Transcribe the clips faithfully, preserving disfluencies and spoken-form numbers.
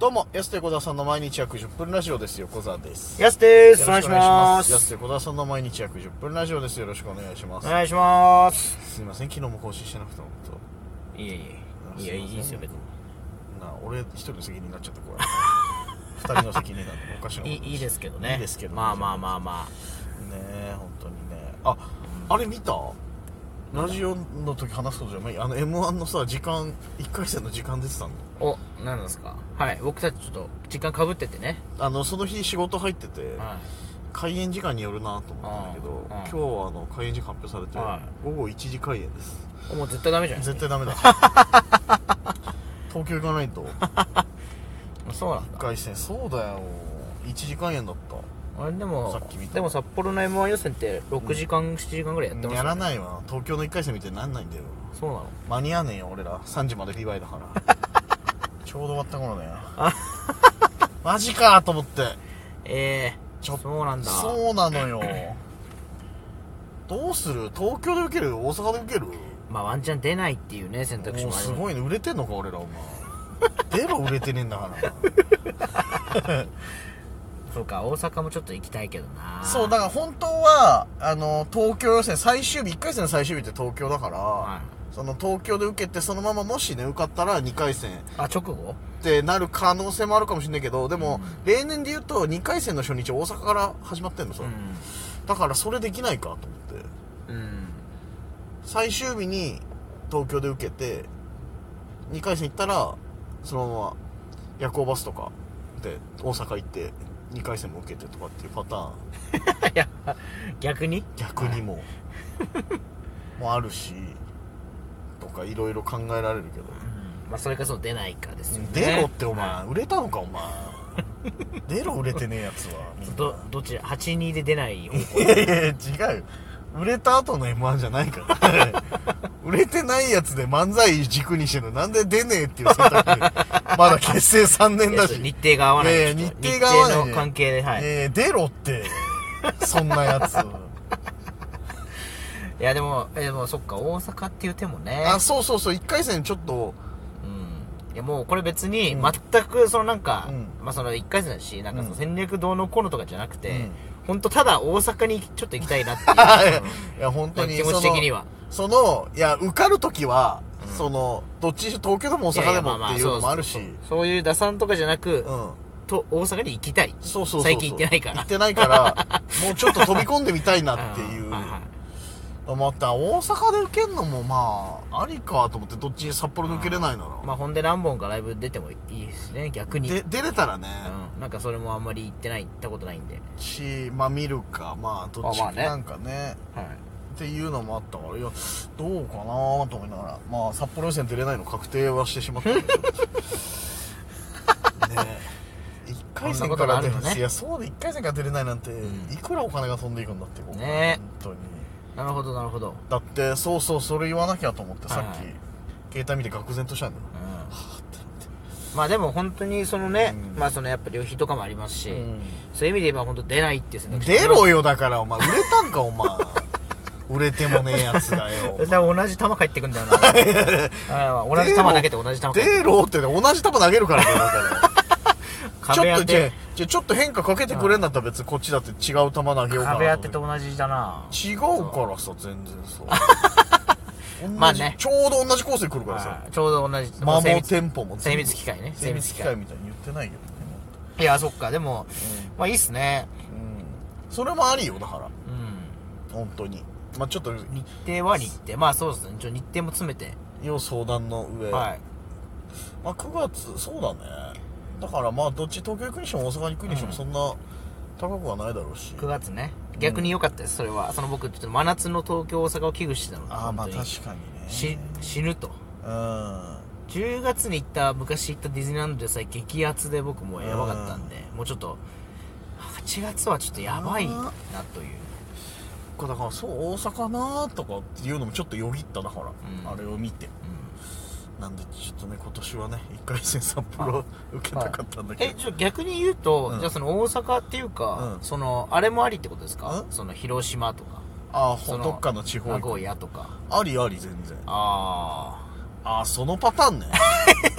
どうも、安手小沢さんの毎日約じゅっぷんラジオです。横澤です。 やすです。 よろしくお願いします。安手小沢さんの毎日約じゅっぷんラジオです。よろしくお願いします。 お願いします。 すいません、昨日も更新してなくてもいえいえいや、いいですよ別に。 なあ、俺一人の責任になっちゃったこれ二人の責任なんでおかしなこといいいいですけどね。 いいですけど、ね、 まあまあまあまあねえ、本当にね。あ、あれ見たラジオの時話すことじゃない、あの エムワン のさ、時間いっかい戦の時間出てたの。 お、何なんですか。はい、僕たちちょっと時間かぶっててね、 あのその日仕事入ってて、 はい、 開演時間によるなと思ったんだけど、今日はあの開演時間発表されて、はい、午後いちじ開演です。 もう絶対ダメじゃん。 絶対ダメだ東京行かないとそうなんだ。いっかい戦そうだよ、いちじ開演だった。 あれでもさっき見た。でも札幌の エムワン 予選ってろくじかん、うん、しちじかんぐらいやってますよね。 やらないわ。東京のいっかい戦みたいになんないんだよ。 そうなの。 間に合わねえよ俺ら。さんじまでビバイだからちょうど終わった頃だよマジかーと思って。 ええー、ちょそうなんだ。 そうなのよどうする？東京で受ける？大阪で受ける？ まあワンチャン出ないっていうね選択肢もある。 すごいね。売れてんのか俺らお前出ろ売れてねえんだからそうか、大阪もちょっと行きたいけどな。 そうだから本当はあの東京予選最終日、いっかい戦の最終日って東京だから、はい、その東京で受けてそのままもしね受かったらにかい戦あ直後ってなる可能性もあるかもしれないけど、でも、うん、例年で言うとにかい戦の初日大阪から始まってんのさ、うん、だからそれできないかと思って、うん、最終日に東京で受けてにかい戦行ったらそのまま夜行バスとかで大阪行ってにかい戦も受けてとかっていうパターンいや逆に逆にももあるしとかいろいろ考えられるけど、 うん、まあそれかそう出ないかですよね。 出ろってお前売れたのかお前出ろ売れてねえやつはどどちらはちにで出ない方向いやいや違うよ、売れた後の エムワン じゃないから売れてないやつで漫才軸にしてるのなんで出ねえっていう選択まだ結成さんねんだし日程が合わない。 いやいや日程が合わない、ね、 の関係で、はい、 えー、出ろってそんなやついやでもでもそっか大阪っていう手もね。 あそうそうそう、いっかい戦ちょっとうんいやもうこれ別に全くそのなんか、うん、まあそのいっかい戦だしなんかその戦略どうのこうのとかじゃなくて、うん、本当ただ大阪にちょっと行きたいなっていういや本当に気持ち的にはそのいや受かるときは、うん、そのどっち東京でも大阪でもっていうのもあるし、 そういう打算とかじゃなく、うん、と大阪に行きたい。 そうそうそうそう最近行ってないから行ってないからもうちょっと飛び込んでみたいなっていう思った。大阪で受けるのもまあありかと思って、どっち札幌で受けれないならまあほんで何本かライブ出てもいいですね逆に。 で出れたらね、 うん、なんかそれもあんまり行ってない行ったことないんでし、まあ見るかまあどっちかなんかね、はいっていうのもあったから、いやどうかなと思いながら、まあ札幌予選出れないの確定はしてしまったんだけどねえいっかい戦から出る、ね、いやそうでいっかい戦から出れないなんて、うん、いくらお金が飛んでいくんだってここね本当に。 なるほどなるほど。 だってそうそうそれ言わなきゃと思ってさっき、はい、携帯見て愕然としたんだよ、うん、はあってなって。 まあでも本当にそのね、うん、まあそのやっぱ旅費とかもありますし、うん、そういう意味で言えば本当出ないっていう選択肢。 出ろよだからお前売れたんかお前売れてもねえやつだよ同じ球返ってくんだよな同じ球投げて同じ球出ろって同じ球投げるからねちょっとじゃあちょっと変化かけてくれんだったら別にこっちだって違う球投げようかな。 壁当てと同じだな。 違うからさ全然そうまあねちょうど同じコースに来るからさ、 ちょうど同じ摩耗テンポも精密機械ね。 精密機械みたいに言ってないよね。 いやそっかでも、うん、まあいいっすね、 うん、それもありよだからうん本当にまあちょっと日程は日程まあそうですねちょ日程も詰めて要相談の上はいまあくがつそうだね。だからまあどっち東京行くにしても大阪に行くにしてもそんな高くはないだろうし、うん、 くがつね逆に良かったですそれは。その僕ちょっと真夏の東京大阪を危惧してたので、 ああまあ確かにねし死ぬと。うんじゅうがつに行った昔行ったディズニーランドでさえ激アツで僕もやばかったんで、もうちょっとはちがつはちょっとやばいなという。 だからそう大阪なとかっていうのもちょっとよぎっただから、うん、あれを見て、うん、なんでちょっとね今年はねいっかい戦札幌受けたかったんだけど、 はい、えちょ逆に言うと、うん、じゃあその大阪っていうか、うん、そのあれもありってことですか、うん、その広島とかああどっかの地方名古屋とかありあり全然ああああそのパターンね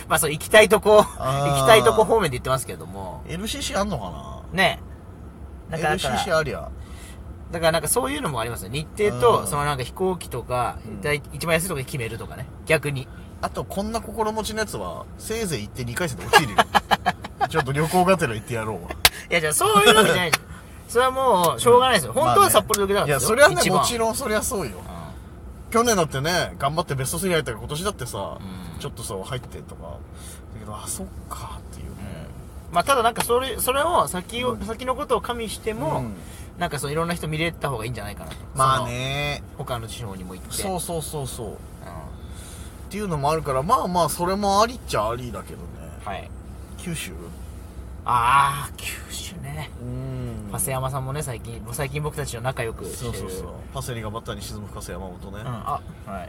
まあそう行きたいとこ行あーきたいとこ方面で言ってますけどもエルシーシー あんのかねなな？ んかだからエルシーシー ありゃだからなんかそういうのもありますよ。日程と、 うんそのなんか飛行機とか、 うんだい一番安いところで決めるとかね。逆に。 あとこんな心持ちのやつはせいぜい行ってにかい戦で落ちるよちょっと旅行がてら行ってやろうわ。 いやじゃあそういうわけじゃないじゃん。それはもう、しょうがないですよ。本当は札幌で受けたかったいやですよ。 それはね一番もちろんそりゃそうよ。去年だってね頑張ってベストスリー入ったから今年だってさ、 うんちょっとそう入ってとかだけどあそっかっていうね、 まあただなんかそれ、それを先を、先のことを加味しても、 うんなんかそういろんな人見れた方がいいんじゃないかなと。 まあねその他の地方にも行って。 そうそうそうそうっうんていうのもあるからまあまあそれもありっちゃありだけどね。 はい。 九州ああ、九州ね。 うん長谷山さんもね、最近、最近僕たちと仲良くしてる。 そうそうそうパセリがバッターに沈む深瀬山本ね、 うん、あ、はい。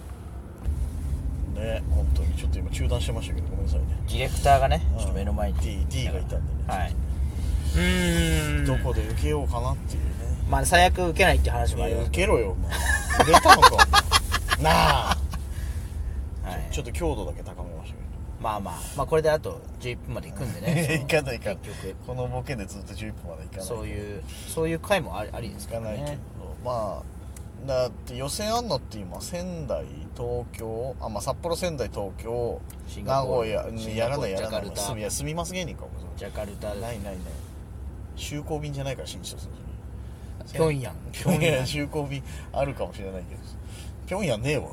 ね本当にちょっと今中断してましたけどごめんなさいね。 ディレクターがね、ちょっと目の前に。 D, D がいたんでね、 はい。うーん。 どこで受けようかなっていうね。 まあ最悪受けないって話もありますいや受けろよお前売れたのかお前なあはい。 ちょっと強度だけ高めましたけまあまあ、まあこれであとじゅういっぷんまで行くんでどね。 いかないかん結局。 このボケでずっとじゅういっぷんまでいかないそういう、そういう回もありありですいかないけど、 からね。 まあだって予選あんのって今仙台東京あまあ札幌仙台東京名シンガポール古屋シンガポールやらないやらないジャカルタすみいや住みます芸人かもジャカルタ、 ないないない就航便じゃないから新千歳ピョンヤン。 ピョンヤン就航便あるかもしれないけどピョンヤンねえわ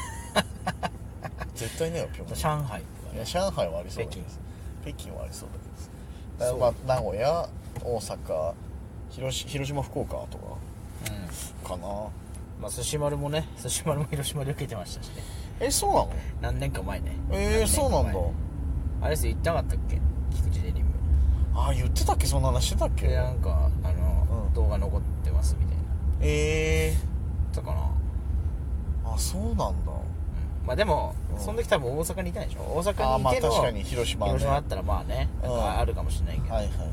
絶対ねえわピョンヤン上海とかね。 いや上海はありそうだけど北京はありそうだけどだからまあ名古屋大阪広し広島福岡とうん。 かかな。 まあ寿司丸もね、寿司丸も広島で受けてましたしね。 えそうなの？ 何年か前ね。 えー、そうなんだ。 あれですよ、言ってなかったっけ菊池デニム。 あ言ってたっけそんな話してたっけ？ で、なんか、あの、 うん動画残ってますみたいな。 えだから、 ー、あそうなんだ。 まあでも、 うんその時多分大阪にいたんでしょ。大あ阪まあにいての確かに広島ね広島だったらまあね、なんうんかあるかもしれないけど。 はいはいはい。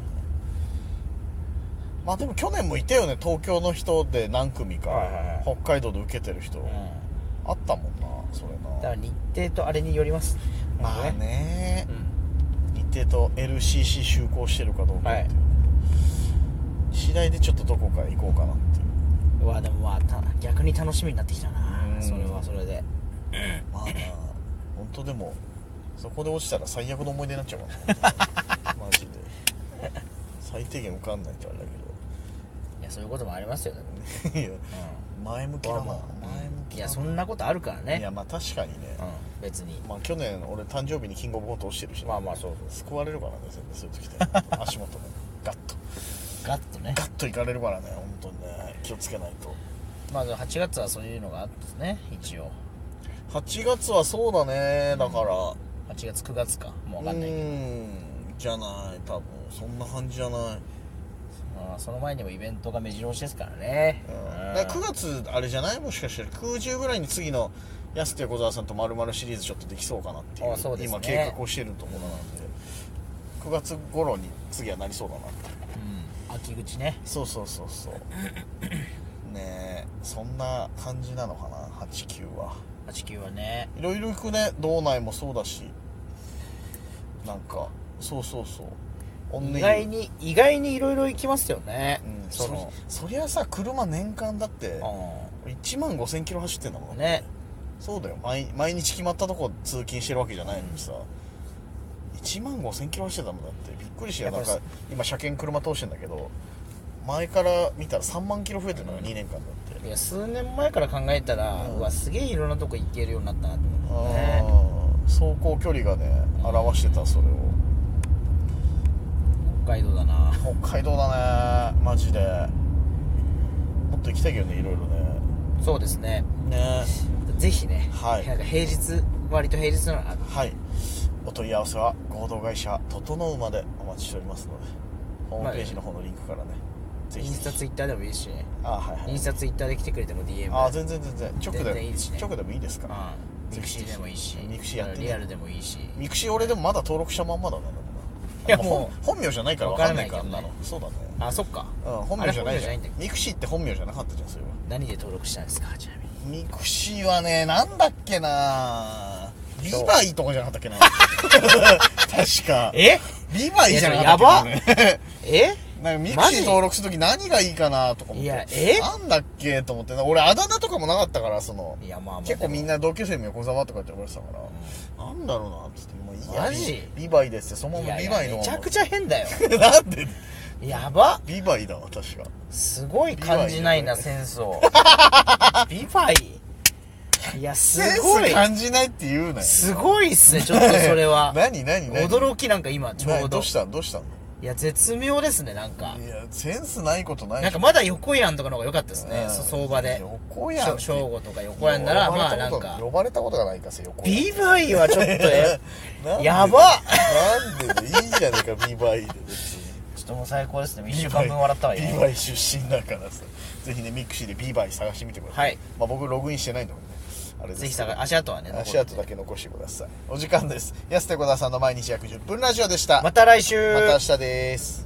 まあでも去年もいたよね東京の人で何組か、 はいはいはい北海道で受けてる人、 うん。 あったもんなそれな。 だから日程とあれによります。 まあねう、ん。 日程と エルシーシー 就航してるかどうかっていう、ね次第でちょっとどこか行こうかなっていう。 うわ、でもまあ、た逆に楽しみになってきたなう。んそれはそれで。 まあな本当でもそこで落ちたら最悪の思い出になっちゃうかなマジで最低限受かんないとあれだいや、そういうこともありますよね。 けどいやう前向きだな、 ん。 前向きだいや、そんなことあるからね。 いやまあ確かにね、 うん、別に。 まあ去年俺誕生日にキングオブコント落ちてるし、ね、 まあまあ、そうそう。 救われるからね全然そういう時って足元ねガッとガッとね。 ガッといかれるからね本当にね気をつけないと。 まあ、はちがつはそういうのがあったんですね、一応。 はちがつはそうだねだからはちがつ、くがつか。もうわかんないけど。 うーんじゃない多分そんな感じじゃない、 まあ、その前にもイベントが目白押しですからね。 うん、だからくがつあれじゃないもしかしたらくじゅうぐらいに次の安手小沢さんと〇〇シリーズちょっとできそうかなっていうあそうですね今計画をしてるところなのでくがつ頃に次はなりそうだなっていううん。秋口ね。 そうそうそうそうねえそんな感じなのかなはちきゅうははちきゅうはね。 いろいろ行くね道内もそうだしなんかそうそうそうオンネイル意外に、意外にいろいろ行きますよね。 うん、 その、 そそりゃさ車年間だってういちまんごせんキロ走ってんだもんん。ね。 そうだよ 毎, 毎日決まったとこ通勤してるわけじゃないのにさ、いちまんごせんキロ走ってたもんだってびっくりしてやっぱりなんか今車検車通してんだけど前から見たらさんまんキロ増えてるのよ、にねんかんだっていや、数年前から考えたら、 うんうわ、すげえいろんなとこ行けるようになったなと思ってあね。 ー走行距離がね表してたそれを北海道だな。 北海道だねマジでもっと行きたいけどねいろいろねそうですね。 ねぜひね、 はいなんか平日、割と平日なのあはいお問い合わせは合同会社整うまでお待ちしておりますのでホームページの方のリンクからね、ぜひインスタ、ツイッターでもいいしね。 あはいはいインスタ、ツイッターで来てくれても ディーエム。 あ全然全然直で全然いいですね直でもいいですからうん。ミクシーでもいいし、 ミクシーやってねリアルでもいいし。 ミクシー俺でもまだ登録したまんまだなでもないやもう本本名じゃないから分かんないからわからないけどねあんなのそうだねあ、そっか。 うん本名じゃないじゃんあれ本名じゃないんだっけミクシーって本名じゃなかったじゃんそれは何で登録したんですか、ちなみに。 ミクシーはねなんだっけなビバイとかじゃなかったっけな確かえビバイじゃなかったっけな、ね、 えなんかミクシー登録するとき何がいいかなとか思って。 いや、えなんだっけと思って。俺あだ名とかもなかったから、その。 いや、まあまあ。 結構みんな同級生も横沢とかって呼ばれてたから。うん、なんだろうなって言って。もういやマジビバイですよ。そのままビバイの。 めちゃくちゃ変だよ。 なんでやば。 ビバイだわ、確か。 すごい感じないな、センスを。ビバイいや、すごい。 センス感じないって言うなよ。 すごいっすね、ちょっとそれは。 何何何驚きなんか今、ちょうど。 どうしたどうしたのいや、絶妙ですね、なんか。 いや、センスないことない。 なんかまだ横やんとかの方が良かったですね、相場で。 横やん。 正午とか横やんなら、まあなんか。 呼ばれたことがないか、横やん。 ビバイはちょっとや、やばなんでいいじゃねえか、ビバイで別に。 ちょっともう最高ですね。一週間分笑ったわよ。 ビバイ出身だからさ。ぜひね、ミクシーでビバイ探してみてください。はい。まあ僕ログインしてないんだけどね。あれです。 ぜひ探足跡はね。 足跡だけ残してください。お時間です。安手小田さんの毎日約じゅっぷんラジオでした。 また来週。 また明日です。